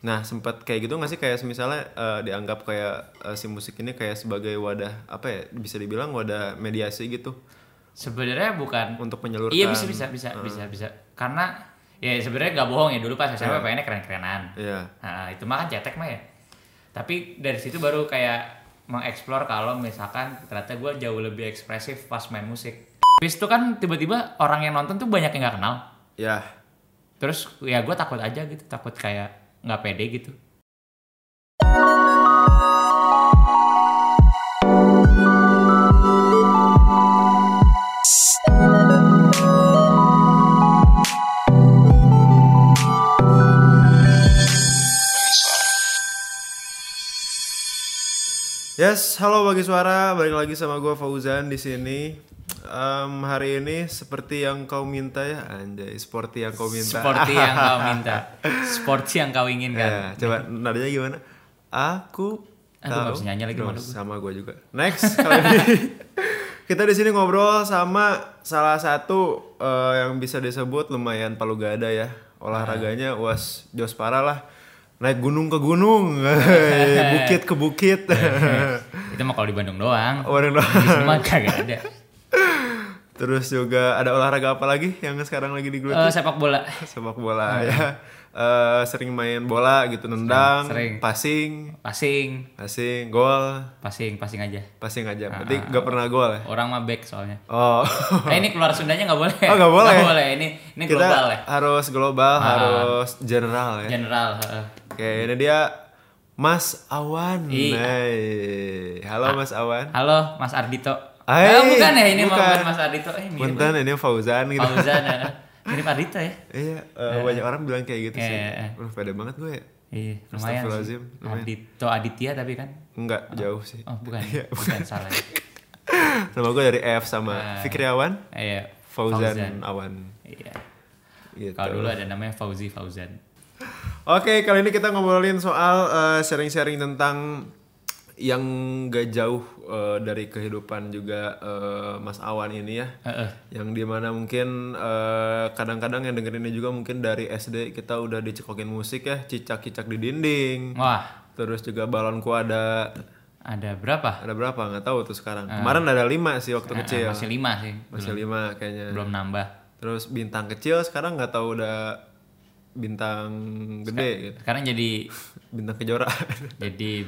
Nah, sempat kayak gitu nggak sih kayak misalnya dianggap kayak si musik ini kayak sebagai wadah apa ya bisa dibilang wadah mediasi gitu Sebenarnya bukan. untuk menyalurkan. Iya bisa. Karena ya sebenarnya nggak bohong ya, dulu pas SMP pengennya keren-kerenan. Iya. Nah, itu mah kan cetek mah ya. Tapi dari situ baru kayak mengeksplor kalau misalkan ternyata gue jauh lebih ekspresif pas main musik. Habis itu kan tiba-tiba orang yang nonton tuh banyak yang nggak kenal. Ya. Terus ya gue takut aja gitu, takut kayak nggak pede gitu. Yes, halo Bagi Suara, balik lagi sama gue Fauzan di sini. Hari ini seperti yang kau minta ya, anjay, seperti yang kau minta. Seperti yang kau minta, seperti yang kau inginkan. Ya, coba nadanya gimana? Aku nggak bisa nyanyi lagi malu gue. Sama gue juga. Next, kali ini kita di sini ngobrol sama salah satu yang bisa disebut lumayan palu gada ya. Olahraganya was jos parah lah. Naik gunung ke gunung, bukit ke bukit. Itu mah kalau di Bandung doang. Bandung doang. Di sini mah kagak ada. Terus juga ada olahraga apa lagi yang sekarang lagi digeluti? Sepak bola. Sepak bola ya. Sering main bola gitu, nendang, Sering. passing, gol. Passing aja. Passing aja. Berarti gak pernah gol ya? Orang mah back soalnya. Oh. Ini keluar Sundanya nggak boleh. Oh, nggak boleh. Nggak boleh. Ini Kita global ya. harus global, harus general ya. General. Oke, ini dia Mas Awan. Iya. Hey. Halo Mas Awan. Halo Mas Ardito. Bukan ya ini bukan. Mas Ardito. Mirip. Punten ini Fauzan gitu. Fauzan. Mirip Ardito ya. Iya, banyak orang bilang kayak gitu sih. Pede banget gue ya. Iya, lumayan sih. Ardito Aditya tapi kan? Enggak, jauh sih. Oh, bukan. Bukan salah. Nama gue dari F sama Fikriawan. Iya, Fauzan Awan. Iya. Gitu. Kalau dulu ada namanya Fauzan. Oke, kali ini kita ngobrolin soal sharing-sharing tentang yang gak jauh dari kehidupan juga Mas Awan ini ya. Yang dimana mungkin kadang-kadang yang dengerin ini juga mungkin dari SD kita udah dicekokin musik ya, cicak-cicak di dinding. Wah. Terus juga balonku ada berapa? Ada berapa? Nggak tahu tuh sekarang. Kemarin ada 5 sih waktu kecil. Masih 5 sih. Masih 5 kayaknya. Belum nambah. Terus bintang kecil sekarang nggak tahu udah bintang gede gitu. Sekarang jadi bintang kejora. Jadi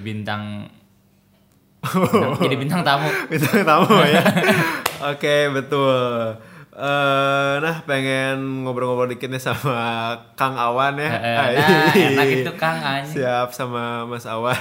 jadi bintang tamu. Bintang tamu ya. Oke, betul. Nah, pengen ngobrol-ngobrol dikit nih sama Kang Awan ya. Enak itu Kang Anj. Siap sama Mas Awan.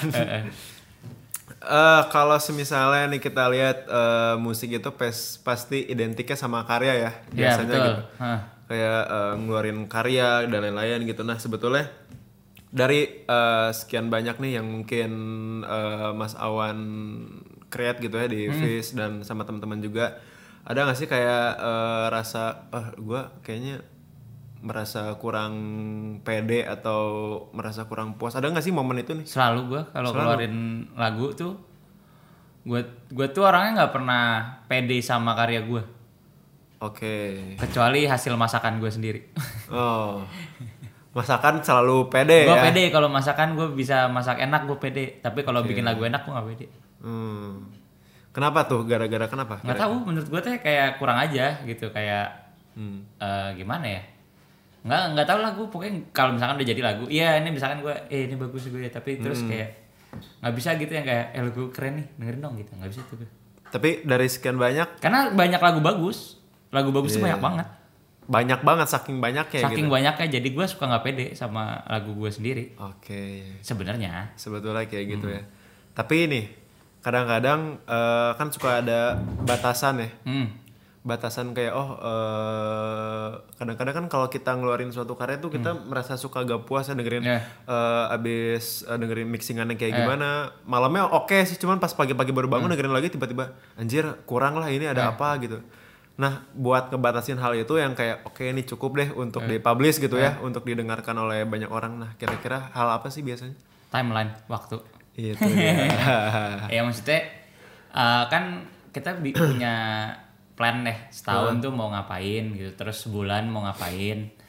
Kalau semisalnya nih kita lihat musik itu pasti identiknya sama karya ya biasanya betul. gitu. Kayak ngeluarin karya dan lain-lain gitu. Nah sebetulnya dari sekian banyak nih yang mungkin Mas Awan create gitu ya di Fish dan sama teman-teman juga, ada nggak sih kayak rasa gue kayaknya merasa kurang pede atau merasa kurang puas, ada nggak sih momen itu nih? Selalu gue kalau keluarin lagu tuh gue tuh orangnya nggak pernah pede sama karya gue. Oke. Kecuali hasil masakan gue sendiri. Oh, masakan selalu pede Gue ya? pede kalau masakan, gue bisa masak enak, gue pede. Tapi kalau bikin lagu enak gue nggak pede. Kenapa tuh? Gara-gara kenapa? Nggak tahu. Menurut gue tuh kayak kurang aja gitu, kayak gimana ya? Nggak tahu lagu. Pokoknya kalau misalkan udah jadi lagu, iya ini misalkan gue, ini bagus gue ya. Tapi terus kayak nggak bisa gitu yang kayak, lagu keren nih, dengerin dong gitu. Nggak bisa tuh gue. Tapi dari sekian banyak? Karena banyak lagu bagus. Lagu bagus tuh banyak banget. Banyak banget, saking banyaknya gitu. Saking banyaknya, jadi gue suka nggak pede sama lagu gue sendiri. Oke. Sebenarnya. Sebetulnya kayak gitu ya. Tapi ini kadang-kadang kan suka ada batasan ya. Batasan kayak kadang-kadang kan kalau kita ngeluarin suatu karya tuh kita merasa suka gak puas ya dengerin abis dengerin mixingannya kayak gimana. Malamnya oke sih, cuman pas pagi-pagi baru bangun dengerin lagi tiba-tiba anjir kurang lah, ini ada apa gitu. Nah, buat ngebatasin hal itu yang kayak oke ini cukup deh untuk dipublish gitu ya, untuk didengarkan oleh banyak orang. Nah, kira-kira hal apa sih biasanya? Timeline, waktu. Itu dia. Ya maksudnya kan kita punya plan deh, setahun tuh mau ngapain gitu, terus sebulan mau ngapain,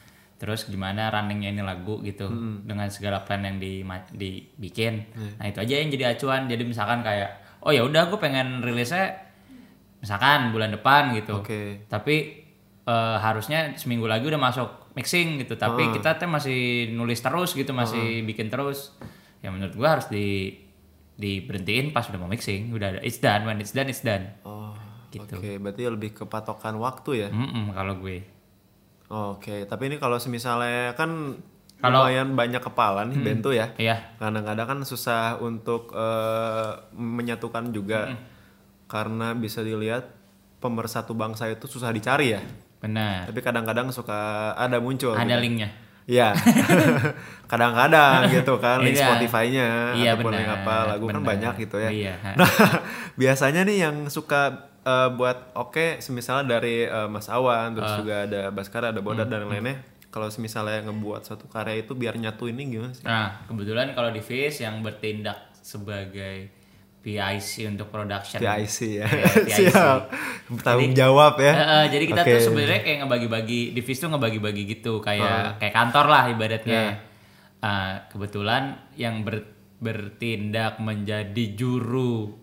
terus gimana runningnya ini lagu gitu dengan segala plan yang dibikin. Nah itu aja yang jadi acuan. Jadi misalkan kayak oh ya udah gue pengen rilisnya misalkan bulan depan gitu. Tapi harusnya seminggu lagi udah masuk mixing gitu. Tapi kita tuh masih nulis terus gitu, masih bikin terus. Ya menurut gue harus diberhentiin pas udah mau mixing. Udah it's done, when it's done it's done. Gitu. Oke, berarti lebih ke patokan waktu ya? Kalau gue. Oke, tapi ini kalau misalnya kan lumayan banyak kepala nih band tuh ya. Iya. Kadang-kadang kan susah untuk menyatukan juga. Karena bisa dilihat pemersatu bangsa itu susah dicari ya. Benar. Tapi kadang-kadang suka ada muncul. Ada gitu. linknya. Iya. Kadang-kadang gitu kan link Iya. Spotify-nya ataupun link apa lagu kan banyak gitu ya. Iya. Nah, biasanya nih yang suka buat semisalnya dari Mas Awan, terus juga ada Baskara, ada Bodat dan lainnya. Kalau misalnya ngebuat suatu karya itu biar nyatu ini gimana sih? Nah, kebetulan kalau di Fish yang bertindak sebagai PIC untuk production. PIC ya. PIC. Siap. Tanggung jawab ya. Jadi kita tuh sebenarnya kayak ngebagi-bagi di Fish tuh ngebagi-bagi gitu kayak kantor lah ibaratnya. Kebetulan yang bertindak menjadi juru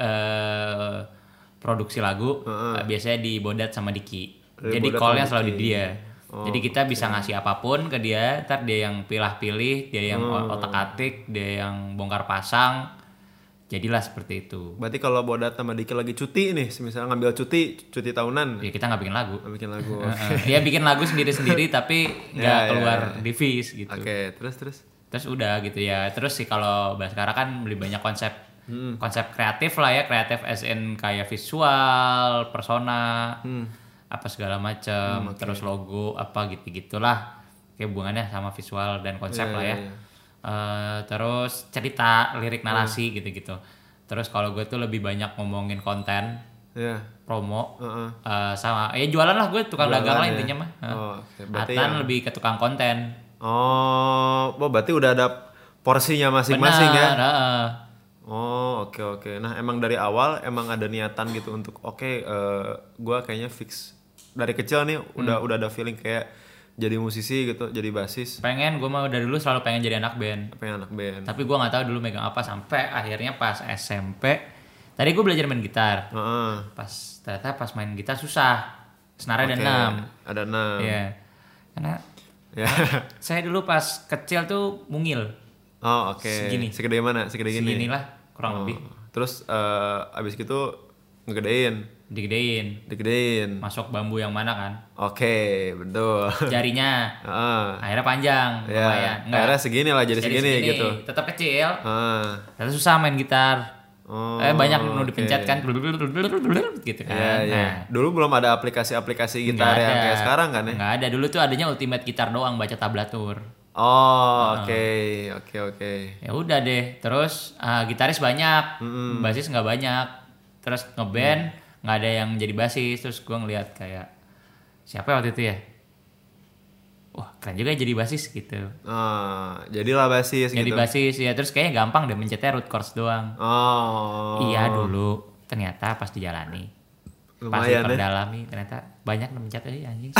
produksi lagu biasanya di Bodat sama Diki. Jadi call-nya selalu di dia. Jadi kita bisa ngasih apapun ke dia, ntar dia yang pilih-pilih, dia yang otak-atik, dia yang bongkar pasang. Jadilah seperti itu. Berarti kalau Bodat sama Diki lagi cuti nih, misalnya ngambil cuti tahunan. Ya kita nggak bikin lagu. Bikin lagu. Dia bikin lagu sendiri-sendiri tapi nggak keluar di Fish gitu. Oke, terus. Terus udah gitu ya. Terus sih kalau Baskara kan lebih banyak konsep kreatif lah ya, kreatif as in kayak visual, persona, apa segala macam, terus logo apa gitu-gitulah, kayak hubungannya sama visual dan konsep lah ya. Terus cerita, lirik, narasi gitu-gitu. Terus kalau gue tuh lebih banyak ngomongin konten, promo, sama ya jualan lah, gue tukang dagang lah intinya mah. Atan lebih ke tukang konten. Berarti udah ada porsinya masing-masing. Benar, ya. Oke. Nah, emang dari awal emang ada niatan gitu untuk gue kayaknya fix dari kecil nih udah ada feeling kayak jadi musisi gitu, jadi basis. Pengen, gue mah dari dulu selalu pengen jadi anak band. Tapi gue nggak tahu dulu megang apa sampai akhirnya pas SMP. Tadi gue belajar main gitar. Ternyata pas main gitar susah. Senarnya ada 6. Ada 6. Iya. Karena saya dulu pas kecil tuh mungil. Segini. Segede mana? Segede gini. Seginilah kurang lebih. Terus abis gitu digedein. Masuk bambu yang mana kan? Oke, betul. Jarinya. Akhirnya panjang. Lumayan. Akhirnya segini lah, jadi segini gitu. Tetap kecil. Ternyata susah main gitar. Banyak nu dipencet kan gitu kan. Nah, dulu belum ada aplikasi-aplikasi gitar yang kayak sekarang kan ya? Nggak ada. Dulu tuh adanya Ultimate Gitar doang, baca tablatur. Oke. Ya udah deh. Terus gitaris banyak, basis nggak banyak. Terus ngeband nggak ada yang jadi basis. Terus gue ngeliat kayak siapa waktu itu ya? Wah keren juga jadi basis gitu. Jadilah basis jadi gitu. Jadi basis ya. Terus kayaknya gampang deh, mencetnya root chords doang. Iya dulu. Ternyata pas dijalani, pas diperdalami, ternyata banyak mencet aja anjing.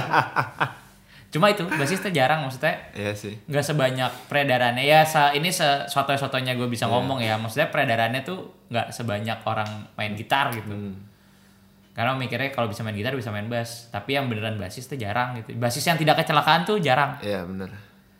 Cuma itu basis tuh jarang, maksudnya. Iya sih. Nggak sebanyak peredarannya ya. Ini sotoy-sotoynya gue bisa ngomong ya. Maksudnya peredarannya tuh nggak sebanyak orang main gitar gitu. Karena mikirnya kalau bisa main gitar bisa main bass. Tapi yang beneran basis tuh jarang gitu. Basis yang tidak kecelakaan tuh jarang. Iya bener.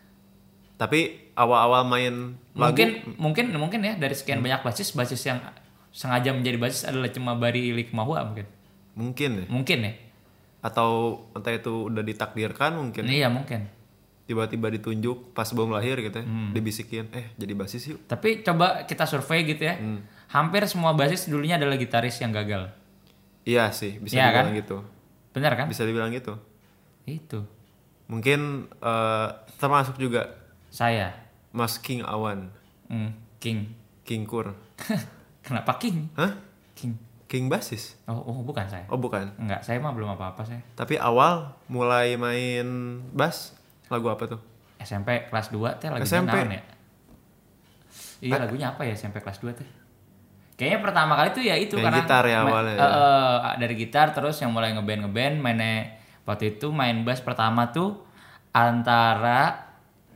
Tapi awal-awal main lagu mungkin ya dari sekian banyak basis yang sengaja menjadi basis adalah cuma Bari Ilik Mahua mungkin. Mungkin ya. Atau entah itu udah ditakdirkan mungkin. Iya mungkin. Tiba-tiba ditunjuk pas belum lahir gitu ya. Dibisikin jadi basis yuk. Tapi coba kita survei gitu ya. Hampir semua basis dulunya adalah gitaris yang gagal. Iya sih, bisa dibilang gitu. Benar kan? Bisa dibilang gitu. Itu. Mungkin termasuk juga saya, Mas King Awan. King Kur. Kenapa King? Hah? King basis. Oh bukan saya. Oh bukan. Enggak, saya mah belum apa-apa saya. Tapi awal mulai main bass lagu apa tuh? SMP kelas 2 teh lagunya naon ya? Iya lagunya apa ya SMP kelas 2 teh? Kayaknya pertama kali tuh ya itu karena gitar ya awalnya. Dari gitar terus yang mulai ngeband mainnya waktu itu main bass pertama tuh antara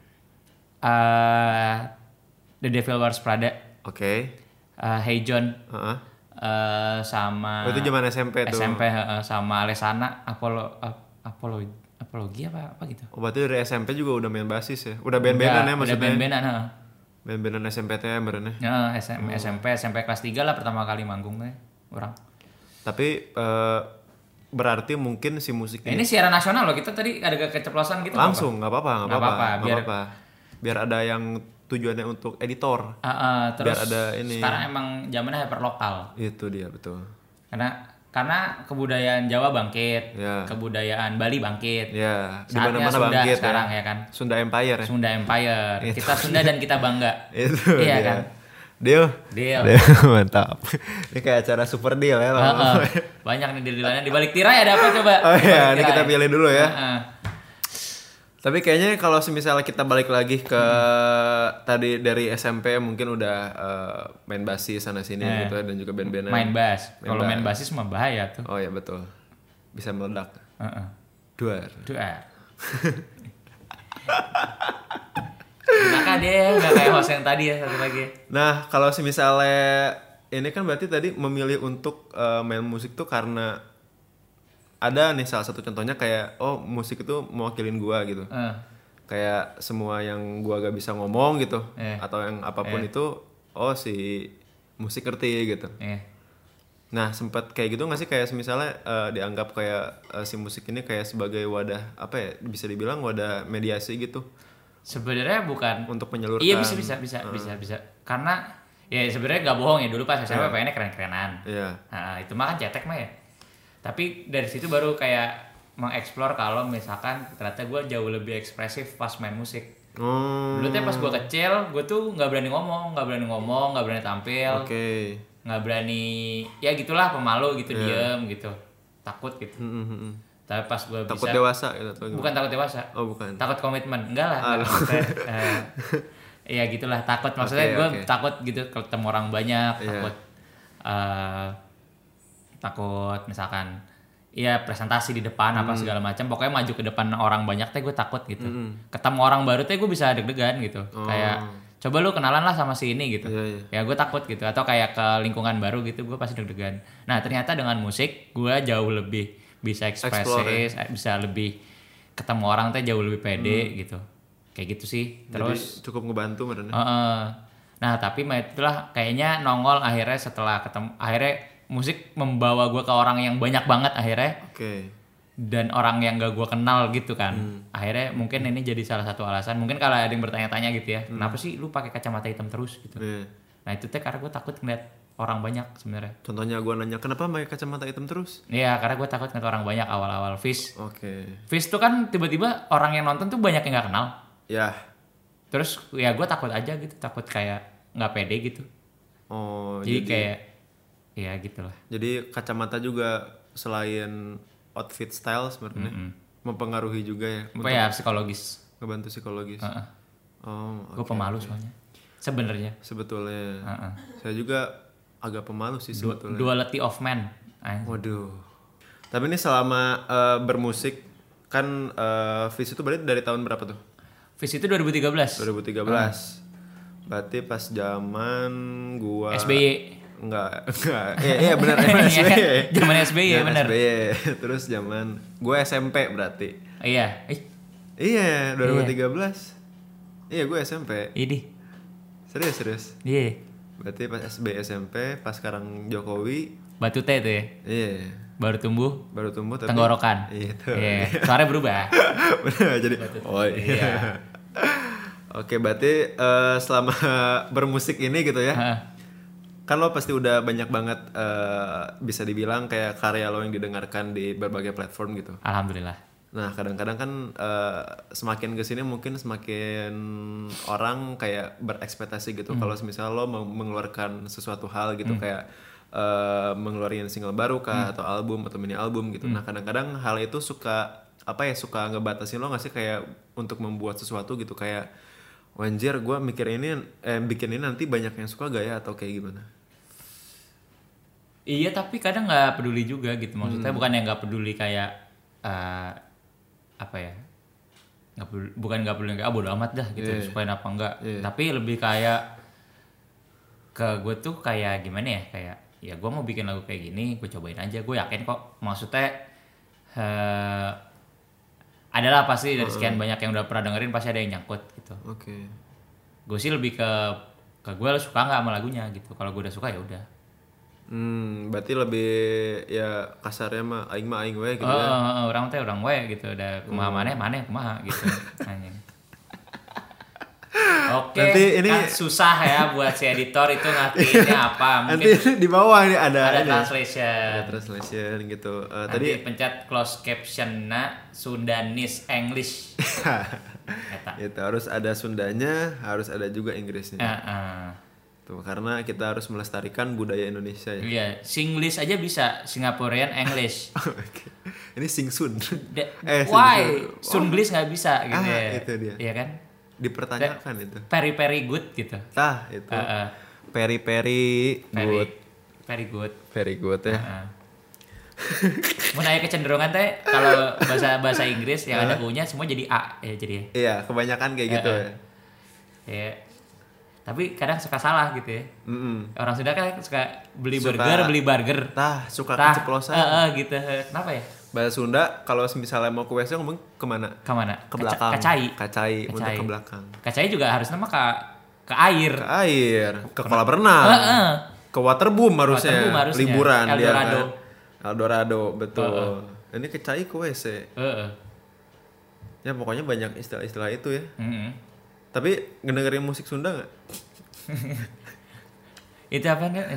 The Devil Wears Prada, Oke. Hey John, Heeh. sama Oh, itu zaman SMP tuh. SMP, sama Alesana, Apologi apa gitu. Oh, berarti dari SMP juga udah main basis ya? Udah band-bandan ya maksudnya? Udah band-bandan. Band-bandan SMPTN berarti. SMP kelas 3 lah pertama kali manggung teh orang. Tapi berarti mungkin si musik Ini siaran nasional loh, kita tadi ada keceplosan gitu. langsung nggak apa-apa. Biar Biar ada yang tujuannya untuk editor. terus biar ada ini. sekarang emang zamannya hyper lokal. Itu dia betul. Karena kebudayaan Jawa bangkit, Ya. kebudayaan Bali bangkit. Ya, di Saatnya mana-mana Sunda bangkit sekarang ya. ya kan. Sunda Empire ya. Sunda Empire. Kita Sunda dan kita bangga. Itu Iya dia. kan? Deal. Mantap. Ini kayak acara super deal ya. Banyak nih deal-dealannya di balik tirai ada apa coba? Oh iya, ini Balik kita tirai. pilih dulu ya. Heeh. Tapi kayaknya kalau misalnya kita balik lagi ke tadi dari SMP mungkin udah main basis sana sini gitu ya, dan juga band-bandan. Main bass. Kalau main bassis mah bahaya tuh. Oh ya betul. Bisa meledak. Heeh. Duar. Maka dia nggak kayak host yang tadi ya, satu lagi. Nah, kalau misalnya ini kan berarti tadi memilih untuk main musik tuh karena ada nih salah satu contohnya kayak musik itu mewakilin gua gitu. Kayak semua yang gua gak bisa ngomong gitu atau yang apapun itu si musik ngerti gitu. Nah, sempat kayak gitu nggak sih kayak misalnya dianggap kayak si musik ini kayak sebagai wadah apa ya, bisa dibilang wadah mediasi gitu Sebenarnya bukan untuk menyalurkan. Iya bisa. Karena ya sebenarnya nggak bohong ya, dulu pas SMP pengennya keren-kerenan. Iya. Nah, itu mah kan cetek mah ya. Tapi dari situ baru kayak mengeksplor kalau misalkan ternyata gue jauh lebih ekspresif pas main musik. Dulu tuh pas gue kecil, gue tuh nggak berani ngomong, nggak berani tampil, nggak berani, ya gitulah, pemalu gitu, diem gitu, takut gitu. Tapi pas gue bisa. Takut dewasa gitu atau gimana? Bukan takut dewasa. Oh bukan. Takut komitmen, enggak lah. Iya gitulah, takut, maksudnya gue takut gitu ketemu orang banyak, takut misalkan ya presentasi di depan apa segala macam, pokoknya maju ke depan orang banyak teh gue takut gitu. Ketemu orang baru teh gue bisa deg-degan gitu. Kayak coba lu kenalan lah sama si ini gitu. Ya gue takut gitu, atau kayak ke lingkungan baru gitu gue pasti deg-degan. Nah, ternyata dengan musik gue jauh lebih bisa ekspresif, bisa lebih ketemu orang teh jauh lebih pede gitu. Kayak gitu sih. Terus jadi cukup ngebantu mereka. Nah, tapi itulah kayaknya nongol akhirnya setelah ketemu, akhirnya musik membawa gue ke orang yang banyak banget akhirnya. Dan orang yang gak gue kenal gitu kan. Akhirnya mungkin ini jadi salah satu alasan. Mungkin kalau ada yang bertanya-tanya gitu ya, kenapa sih lu pakai kacamata hitam terus gitu. Nah, itu teh karena gue takut ngeliat orang banyak sebenarnya. Contohnya gue nanya, kenapa pakai kacamata hitam terus? Iya, karena gue takut ngeliat orang banyak awal-awal Fish. Oke. Fish tuh kan tiba-tiba orang yang nonton tuh banyak yang gak kenal. Ya. Terus ya gue takut aja gitu, takut kayak gak pede gitu. Jadi kayak ya gitulah. Jadi kacamata juga selain outfit style sebenarnya mempengaruhi juga ya. Apa ya, psikologis. Ngebantu psikologis. Gue pemalu soalnya. Sebenarnya. Sebetulnya. Saya juga agak pemalu sih sebetulnya. Duality of man. Waduh. Tapi ini selama bermusik kan Fish itu berarti dari tahun berapa tuh? Fish itu 2013. 2013. Berarti pas zaman gua SBY. Enggak. Iya benar SBY. Zaman SBY benar. SBY. Terus zaman gue SMP berarti. Iya. Iya, 2013. Iya, gue SMP. Ini. Serius. Iya. Berarti pas SBY SMP, pas sekarang Jokowi. Batu teh tuh ya. Iya. Baru tumbuh tapi tenggorokan. Iya. Suaranya berubah. Benar, jadi iya. Oke, berarti selama bermusik ini gitu ya. Kan lo pasti udah banyak banget bisa dibilang kayak karya lo yang didengarkan di berbagai platform gitu. Alhamdulillah. Nah, kadang-kadang kan semakin kesini mungkin semakin orang kayak berekspektasi gitu. Kalau misalnya lo mengeluarkan sesuatu hal gitu kayak mengeluarkan single baru kah atau album atau mini album gitu. Nah, kadang-kadang hal itu suka suka ngebatasin lo nggak sih kayak untuk membuat sesuatu gitu kayak wanjir gue mikir ini bikin ini nanti banyak yang suka gak ya atau kayak gimana? Iya, tapi kadang nggak peduli juga gitu, maksudnya bukan yang nggak peduli kayak apa ya, bukan nggak peduli, bodo amat dah gitu, sukain apa enggak. Tapi lebih kayak ke gue tuh kayak gimana ya, kayak ya gue mau bikin lagu kayak gini, gue cobain aja, gue yakin kok, maksudnya adalah pasti dari sekian banyak yang udah pernah dengerin pasti ada yang nyangkut gitu. Gue sih lebih ke gue suka nggak sama lagunya gitu. Kalau gue udah suka ya udah. Berarti lebih ya kasarnya mah aing we gitu ya. Orang teh orang we gitu, udah kumaha maneh kumaha gitu. Oke, nanti ini kan susah ya buat si editor itu ngertiinnya apa. Mungkin nanti di bawah nih ada translation. Ada translation gitu. Nanti Tadi pencet close caption-na Sundanese English. itu harus ada Sundanya, harus ada juga Inggrisnya. Tuh, karena kita harus melestarikan budaya Indonesia ya. Iya, Singlish aja bisa, Singaporean English. Okay. Ini Singsun. Why? Sunglish nggak bisa gitu ya. Itu dia. Iya kan? Dipertanyakan itu. Very good gitu. Itu. Very good. Very good ya. Mau nanya kecenderungan teh kalau bahasa Inggris yang ada U-nya semua jadi A ya jadi. Iya, kebanyakan kayak gitu ya. Iya. Tapi kadang suka salah gitu ya. Orang Sunda kan suka beli burger. Suka keceplosan. Gitu. Kenapa ya? Bahasa Sunda kalau misalnya mau ke WC ngomong kemana? Ke belakang. Kacai. Untuk ke belakang. Kacai juga harusnya mah ke air. Ke kolam renang. Ke waterboom harusnya. Liburan Eldorado, betul. Ini kecai ke WC. Ya pokoknya banyak istilah-istilah itu ya. Tapi ngedengerin musik Sunda nggak? Itu apa nih?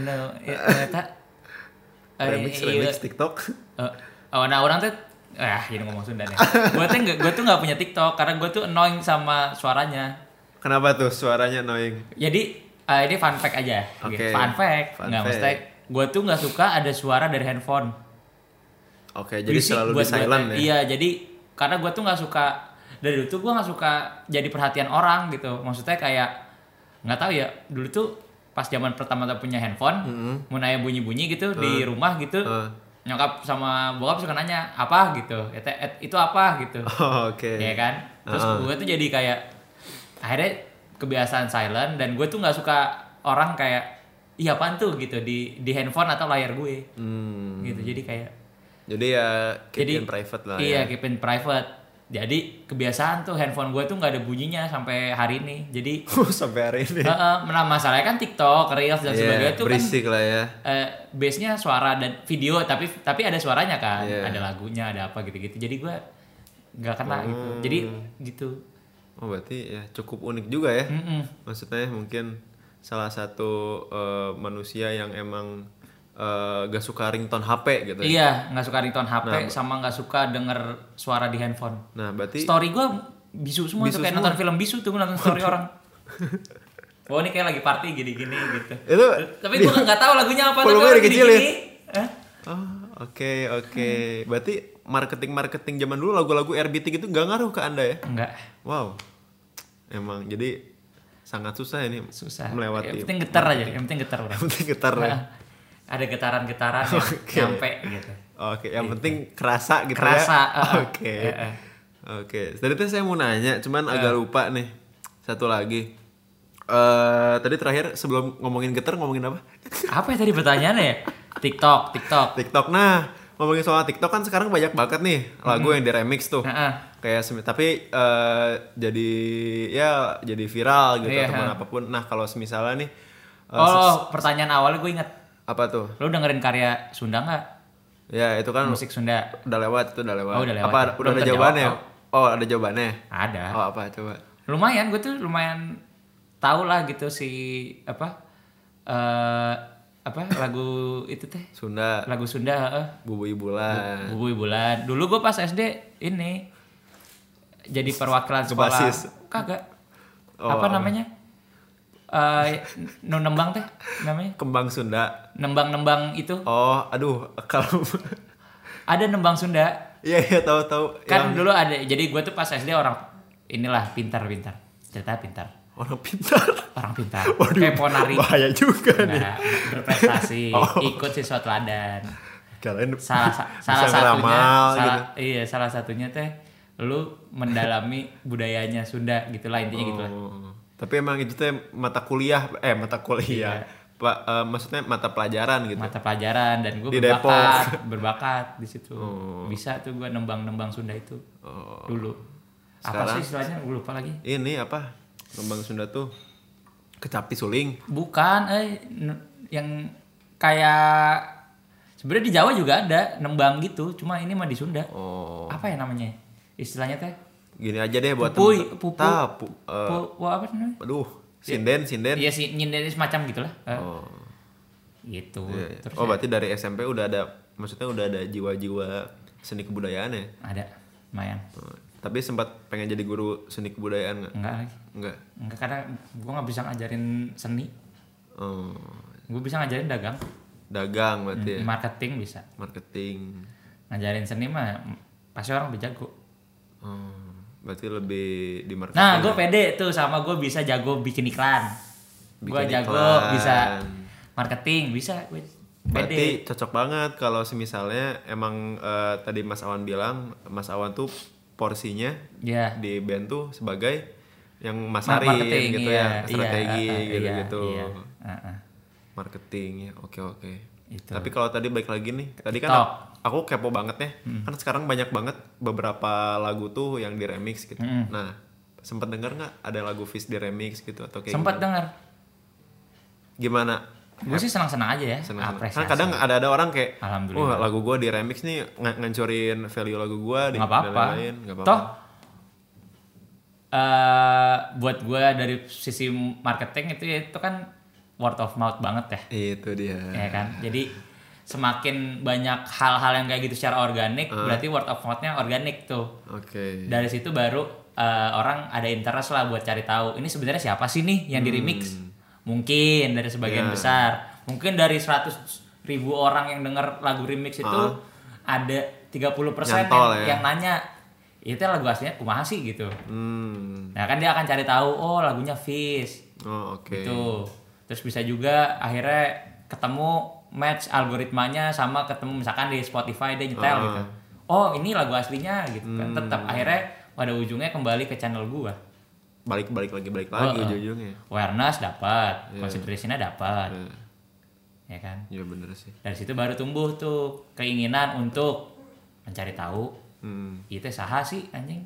Remix TikTok. Nah orang tuh, ini ngomong Sunda nih. Gue tuh nggak punya TikTok karena gue tuh annoying sama suaranya. Kenapa tuh suaranya annoying? Jadi ini fun fact aja. Fun fact. Nggak mesti. Gue tuh nggak suka ada suara dari handphone. Jadi berisik, selalu di silent ya? Iya, jadi karena gue tuh nggak suka. Dari dulu tuh gue nggak suka jadi perhatian orang gitu. Maksudnya kayak nggak tahu ya. Dulu tuh pas zaman pertama punya handphone, mau nanya bunyi gitu di rumah gitu, nyokap sama bokap suka nanya apa gitu, itu apa gitu. Ya kan. Terus gue tuh jadi kayak akhirnya kebiasaan silent dan gue tuh nggak suka orang kayak iya apaan tuh gitu di handphone atau layar gue. Gitu jadi kayak. Jadi ya keep in private lah. Iya keep in private. Jadi kebiasaan tuh handphone gue tuh nggak ada bunyinya sampai hari ini. Jadi sampai hari ini. Masalahnya kan TikTok, Reels dan sebagainya itu berisik kan, lah ya. Base-nya suara dan video, tapi ada suaranya kan, ada lagunya, ada apa gitu-gitu. Jadi gue nggak kena gitu. Jadi gitu. Berarti ya cukup unik juga ya. Maksudnya mungkin salah satu manusia yang emang gak suka ringtone HP gitu ya? Iya, gak suka ringtone HP sama gak suka denger suara di handphone. Nah berarti story gue bisu semua tuh kayak nonton film bisu tuh nonton story orang. Ini kayak lagi party gini-gini gitu. Tapi gue gak tahu lagunya apa tuh kalau gini-gini. Oke. Berarti marketing zaman dulu lagu-lagu RBT gitu gak ngaruh ke Anda ya? Enggak. Wow. Emang jadi sangat susah ini. Melewati. Yang penting getar aja, yang penting getar orang. Yang penting getar ya. Ada getaran-getaran yang nyampe gitu. Yang penting kerasa gitu ya. Oke. Tadi saya mau nanya, cuman agak lupa nih. Satu lagi. Tadi terakhir sebelum ngomongin getar ngomongin apa? Apa ya tadi pertanyaannya ya? TikTok. Nah, ngomongin soal TikTok kan sekarang banyak banget nih lagu yang diremix tuh. Kayak tapi jadi viral gitu teman apapun. Nah, kalau misalnya nih pertanyaan awalnya gue ingat. Apa tuh? Lu dengerin karya Sunda nggak? Ya itu kan musik Sunda. Udah lewat. Udah lewat. Apa udah ada jawabannya? Ada jawabannya. Ada. Apa coba? Lumayan, gue tuh lumayan tahu lah gitu si lagu itu teh. Sunda. Lagu Sunda. Bubui Bulan. Dulu gue pas SD ini jadi perwakilan sekolah. Kagak. Apa namanya? Nembang teh namanya? Kembang Sunda. Nembang itu. Kalau ada nembang Sunda. Iya tahu. Kan dulu ada. Jadi gue tuh pas SD orang inilah pintar. Cerita pintar. Orang pintar. Waduh, kayak Ponari. Bahaya juga nih. Berprestasi, ikut siswa teladan. Kalian salah satunya gitu. Iya, salah satunya teh lu mendalami budayanya Sunda gitulah intinya gitu lah. Tapi emang itu teh mata kuliah. Iya. Maksudnya mata pelajaran gitu. Mata pelajaran dan gue Di Depok. berbakat di situ. Bisa tuh gue nembang Sunda itu dulu. Apa Sekarang? sih istilahnya gue lupa lagi. Ini apa? Nembang Sunda tuh kecapi suling. Bukan, yang kayak sebenarnya di Jawa juga ada nembang gitu, cuma ini mah di Sunda. Oh. Apa ya namanya? Istilahnya teh? Gini aja deh buat Pupu. Apa namanya? Aduh, sinden. Iya sih, nyindir semacam gitulah. Oh. Gitu. Iya, iya. Terus Oh, berarti dari SMP udah ada, maksudnya udah ada jiwa-jiwa seni kebudayaan ya? ada, lumayan. Tapi sempat pengen jadi guru seni kebudayaan nggak? Enggak lagi. Enggak. Enggak, karena gue nggak bisa ngajarin seni. Oh. Gue bisa ngajarin dagang, Dagang berarti ya? marketing bisa. Marketing. Ngajarin seni mah pasti orang lebih jago. Oh. Berarti lebih di marketing. Nah, gue pede tuh sama gue bisa jago bikin iklan. Gue Bikin jago iklan. bisa marketing, bisa gue Berarti pede. cocok banget kalau misalnya emang tadi Mas Awan bilang, Mas Awan tuh porsinya Ya. di band tuh sebagai yang masarin Marketing, gitu iya, ya, strategi gitu-gitu. Iya. Marketing ya, oke. Itu. Tapi kalau tadi balik lagi nih, tadi kan TikTok. aku kepo banget ya. Kan sekarang banyak banget beberapa lagu tuh yang di remix gitu. Nah, sempat dengar nggak ada lagu Fish di remix gitu atau kayak Sempat dengar. gimana? Gue sih senang-senang aja ya, Senang-senang. apresiasi. Kan kadang ada orang kayak, Alhamdulillah. lagu gue di remix nih ngancurin value lagu gue di Nggak apa-apa. lain, nggak apa-apa. Toh, buat gue dari sisi marketing itu kan word of mouth banget ya. Itu dia. Ya kan, jadi semakin banyak hal-hal yang kayak gitu secara organik, berarti word of mouth-nya organik tuh. Oke. Dari situ baru orang ada interest lah buat cari tahu ini sebenarnya siapa sih nih yang di remix. Mungkin dari sebagian besar, mungkin dari 100.000 orang yang denger lagu remix itu ada 30% Nyantol yang nanya itu lagu aslinya kumaha sih gitu. Nah kan dia akan cari tahu, oh lagunya Fish. Oh, oke. Gitu. Terus bisa juga akhirnya ketemu match algoritmanya sama ketemu misalkan di Spotify dia nyetel gitu. Oh, ini lagu aslinya gitu kan. Tetap akhirnya pada ujungnya kembali ke channel gua. Balik lagi ujung-ujungnya. Awareness dapat, consideration-nya dapat. Ya kan? Iya bener sih. Dari situ baru tumbuh tuh keinginan untuk mencari tahu. Itu saha sih anjing.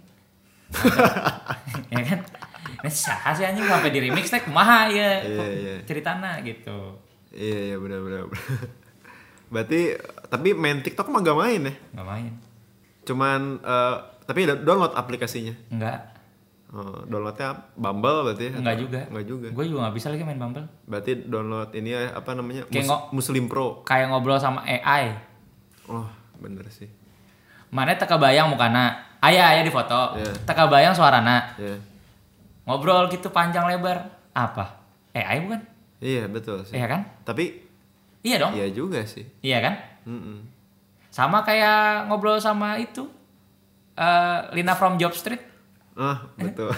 Ya kan? Ini saha sih anjing sampai di remix teh kumaha ya. Iya. Ceritana gitu. Iya benar. Berarti tapi main TikTok mah gak main ya? Nggak main. Cuman tapi download aplikasinya. Enggak. Downloadnya Bumble berarti? Enggak juga. Enggak juga. Gue juga nggak bisa lagi main Bumble. Berarti download ini ya, apa namanya? Kayak Muslim Pro. Kayak ngobrol sama AI. Oh, bener sih. Mana teka bayang mukana. Ayah di foto. Yeah. Teka bayang suarana. Iya. Ngobrol gitu panjang lebar. Apa? AI bukan? Iya, betul sih. Iya kan? Tapi Iya dong. iya juga sih. Iya kan? Mm-mm. Sama kayak ngobrol sama itu. Lina from Job Street. Betul.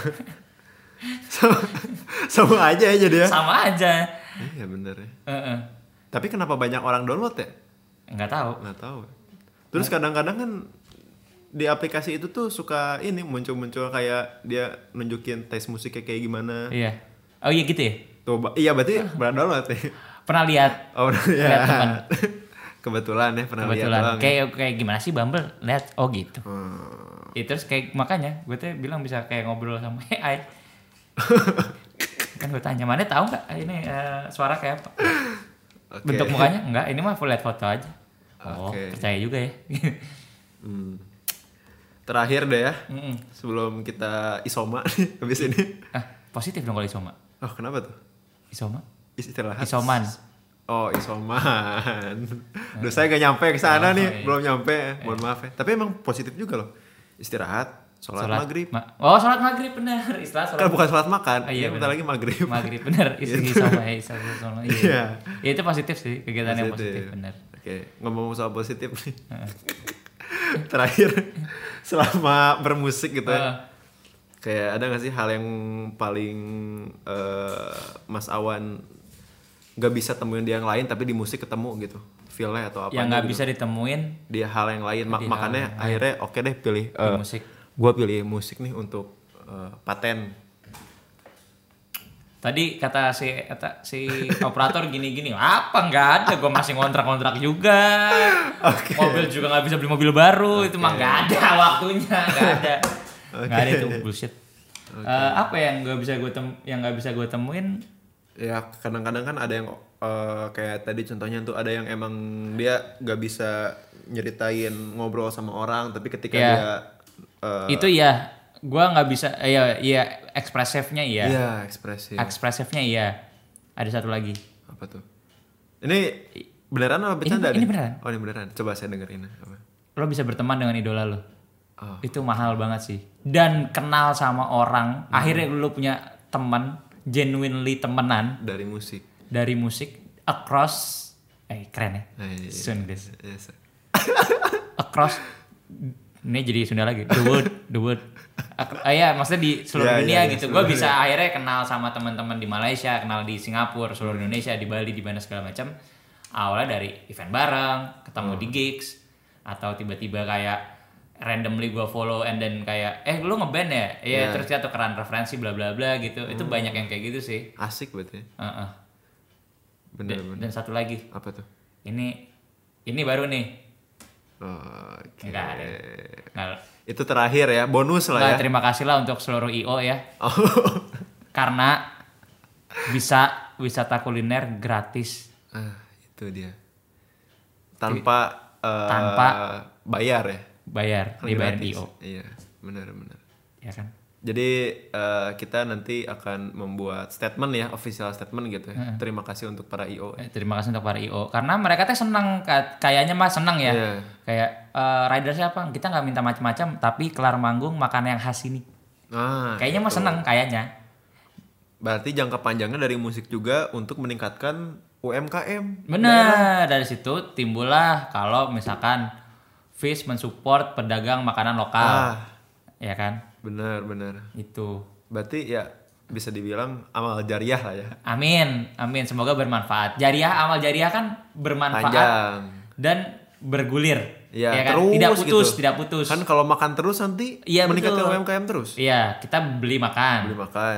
sama aja dia. Sama aja. Iya bener ya. Heeh. Tapi kenapa banyak orang download ya? Nggak tahu. Nggak tahu. Terus kadang-kadang kan di aplikasi itu tuh suka ini muncul-muncul kayak dia nunjukin tes musiknya kayak gimana. Iya. Oh iya gitu ya? Tuh, iya berarti pernah download ya. Pernah lihat? Oh, ya. Lihat teman. Kebetulan ya pernah lihat Kebetulan. doang. Kayak gimana sih Bumble? Lihat. Oh gitu. Hmm. Ya, terus kayak makanya gue tuh bilang bisa kayak ngobrol sama AI. Kan gue tanya, mana tahu nggak ini suara kayak apa? Oke. Bentuk mukanya? Enggak, ini mah full lihat foto aja. Oh, Oke. percaya juga ya. Terakhir deh ya. Mm-mm. Sebelum kita isoma nih habis ini. Positif dong kalau isoma. Oh, kenapa tuh? Isoma? Istirahat. Isoman. Oh, isoman. Duh, saya gak nyampe ke sana nih, iya. belum nyampe. Mohon maaf ya. Tapi emang positif juga loh. Istirahat, sholat maghrib. Sholat maghrib bener. Istilah sholat. Kan bukan sholat makan. Iya, bentar lagi maghrib. Maghrib bener. Isoma ya, isoma. Iya. Ya, itu positif sih, kegiatan yang positif bener. Oke, ngomong soal positif nih. Terakhir, selama bermusik gitu ya. Kayak ada gak sih hal yang paling Mas Awan gak bisa temuin di yang lain tapi di musik ketemu gitu, feel-nya atau apa Yang gak gitu. bisa ditemuin Di hal yang lain, makanya akhirnya oke deh pilih di musik. Gue pilih musik nih untuk paten. Tadi kata si operator gini-gini, apa nggak ada, gue masih ngontrak-ngontrak juga. Mobil juga nggak bisa beli mobil baru, itu mah nggak ada waktunya, nggak ada, nggak ada itu bullshit. Apa yang nggak bisa gue temuin? Ya kadang-kadang kan ada yang kayak tadi contohnya tuh ada yang emang dia nggak bisa nyeritain ngobrol sama orang, tapi ketika dia itu ya gue nggak bisa, ya ekspresifnya ya. Iya, ekspresifnya iya. Ada satu lagi. Apa tuh? Ini beneran apa bercanda? Ini beneran. Oh, ini beneran. Coba saya dengerin. Apa? Lo bisa berteman dengan idola lo. Itu mahal banget sih. Dan kenal sama orang, akhirnya lo punya teman, genuinely temenan dari musik across, keren ya. Soon this. Yes. Across, ini jadi Sunda lagi. The word. Ya, maksudnya di seluruh dunia gitu. Gue bisa akhirnya kenal sama teman-teman di Malaysia, kenal di Singapura, seluruh Indonesia, di Bali, di mana segala macam. Awalnya dari event bareng, ketemu di gigs, atau tiba-tiba kayak randomly gue follow and then kayak lu ngeband ya? Iya, terus dia tukeran referensi bla bla bla gitu. Itu banyak yang kayak gitu sih. Asik berarti. Bener. Dan satu lagi. Apa tuh? Ini baru nih. Oke. Nggak. Itu terakhir ya, bonus lah ya. Terima kasih lah untuk seluruh IO ya. Karena bisa wisata kuliner gratis. Itu dia. Tanpa bayar ya. Dibayar IO. Iya, benar. Ya kan? Jadi kita nanti akan membuat statement ya, official statement gitu ya. Terima kasih untuk para IO. Terima kasih untuk para IO karena mereka tuh senang, kayaknya mah senang ya. Yeah. Kayak rider siapa? Kita nggak minta macam-macam, tapi kelar manggung makan yang khas ini. Kayaknya mah senang kayaknya. Berarti jangka panjangnya dari musik juga untuk meningkatkan UMKM. Benar, dari situ timbullah kalau misalkan Fish mensupport pedagang makanan lokal. Ya kan? Benar. Itu. Berarti ya bisa dibilang amal jariah lah ya. Amin. Semoga bermanfaat. Amal jariah kan bermanfaat. Panjang. Dan bergulir. Ya kan? Terus tidak putus. Kan kalau makan terus nanti meningkatkan UMKM terus. Iya, kita beli makan.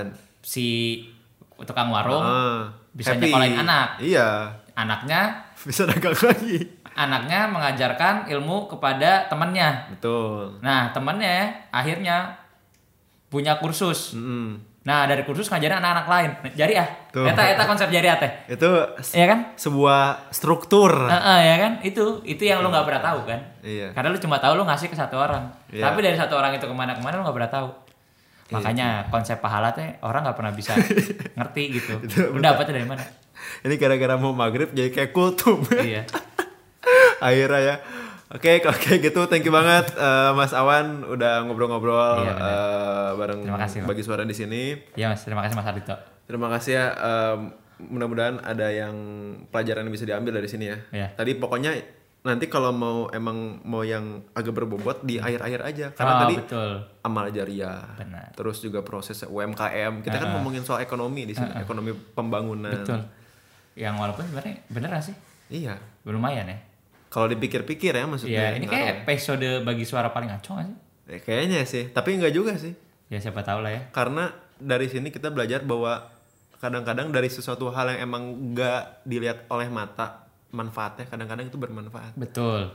Si tukang warung bisa nyekolahin anak. Iya. Anaknya bisa dagang lagi. Anaknya mengajarkan ilmu kepada temannya. Betul. Nah, temannya akhirnya punya kursus. Nah, dari kursus ngajarin anak-anak lain. Jariah. Eta konsep jariah teh. Itu ya kan? Sebuah struktur. Ya kan? Itu yang lu enggak pernah tahu kan? Iya. Karena lu cuma tahu lu ngasih ke satu orang. Iya. Tapi dari satu orang itu kemana-kemana lu enggak pernah tahu. Makanya konsep pahala teh orang enggak pernah bisa ngerti gitu. Lu dapetnya dari mana? Ini gara-gara mau maghrib jadi kayak kultum. Iya. Akhirnya ya. Oke, gitu. Thank you banget Mas Awan udah ngobrol-ngobrol bareng Bagi Suara di sini. Iya Mas, terima kasih Mas Ardito. Terima kasih ya. Mudah-mudahan ada yang pelajaran yang bisa diambil dari sini ya. Iya. Tadi pokoknya nanti kalau mau yang agak berbobot di akhir-akhir aja karena tadi betul. Amal jariah. Benar. Terus juga proses UMKM. Kita kan ngomongin soal ekonomi di sini, ekonomi pembangunan. Betul. Yang walaupun sebenarnya bener gak sih? Iya. Lumayan ya. Kalau dipikir-pikir ya maksudnya. Iya, ini kayak episode Bagi Suara paling ngaco gak sih? Kayaknya sih, tapi enggak juga sih. Ya siapa tahu lah ya. Karena dari sini kita belajar bahwa kadang-kadang dari sesuatu hal yang emang enggak dilihat oleh mata, manfaatnya kadang-kadang itu bermanfaat. Betul.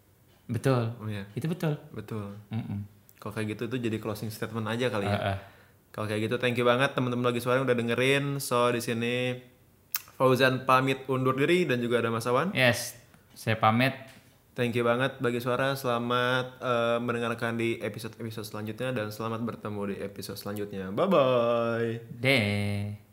Oh, iya. Itu betul. Kalau kayak gitu tuh jadi closing statement aja kali ya. Kalau kayak gitu thank you banget teman-teman Bagi Suara yang udah dengerin. So di sini Fauzan pamit undur diri dan juga ada Mas Awan. Yes. Saya pamit. Thank you banget Bagi Suara. Selamat mendengarkan di episode-episode selanjutnya dan selamat bertemu di episode selanjutnya. Bye-bye. Deh.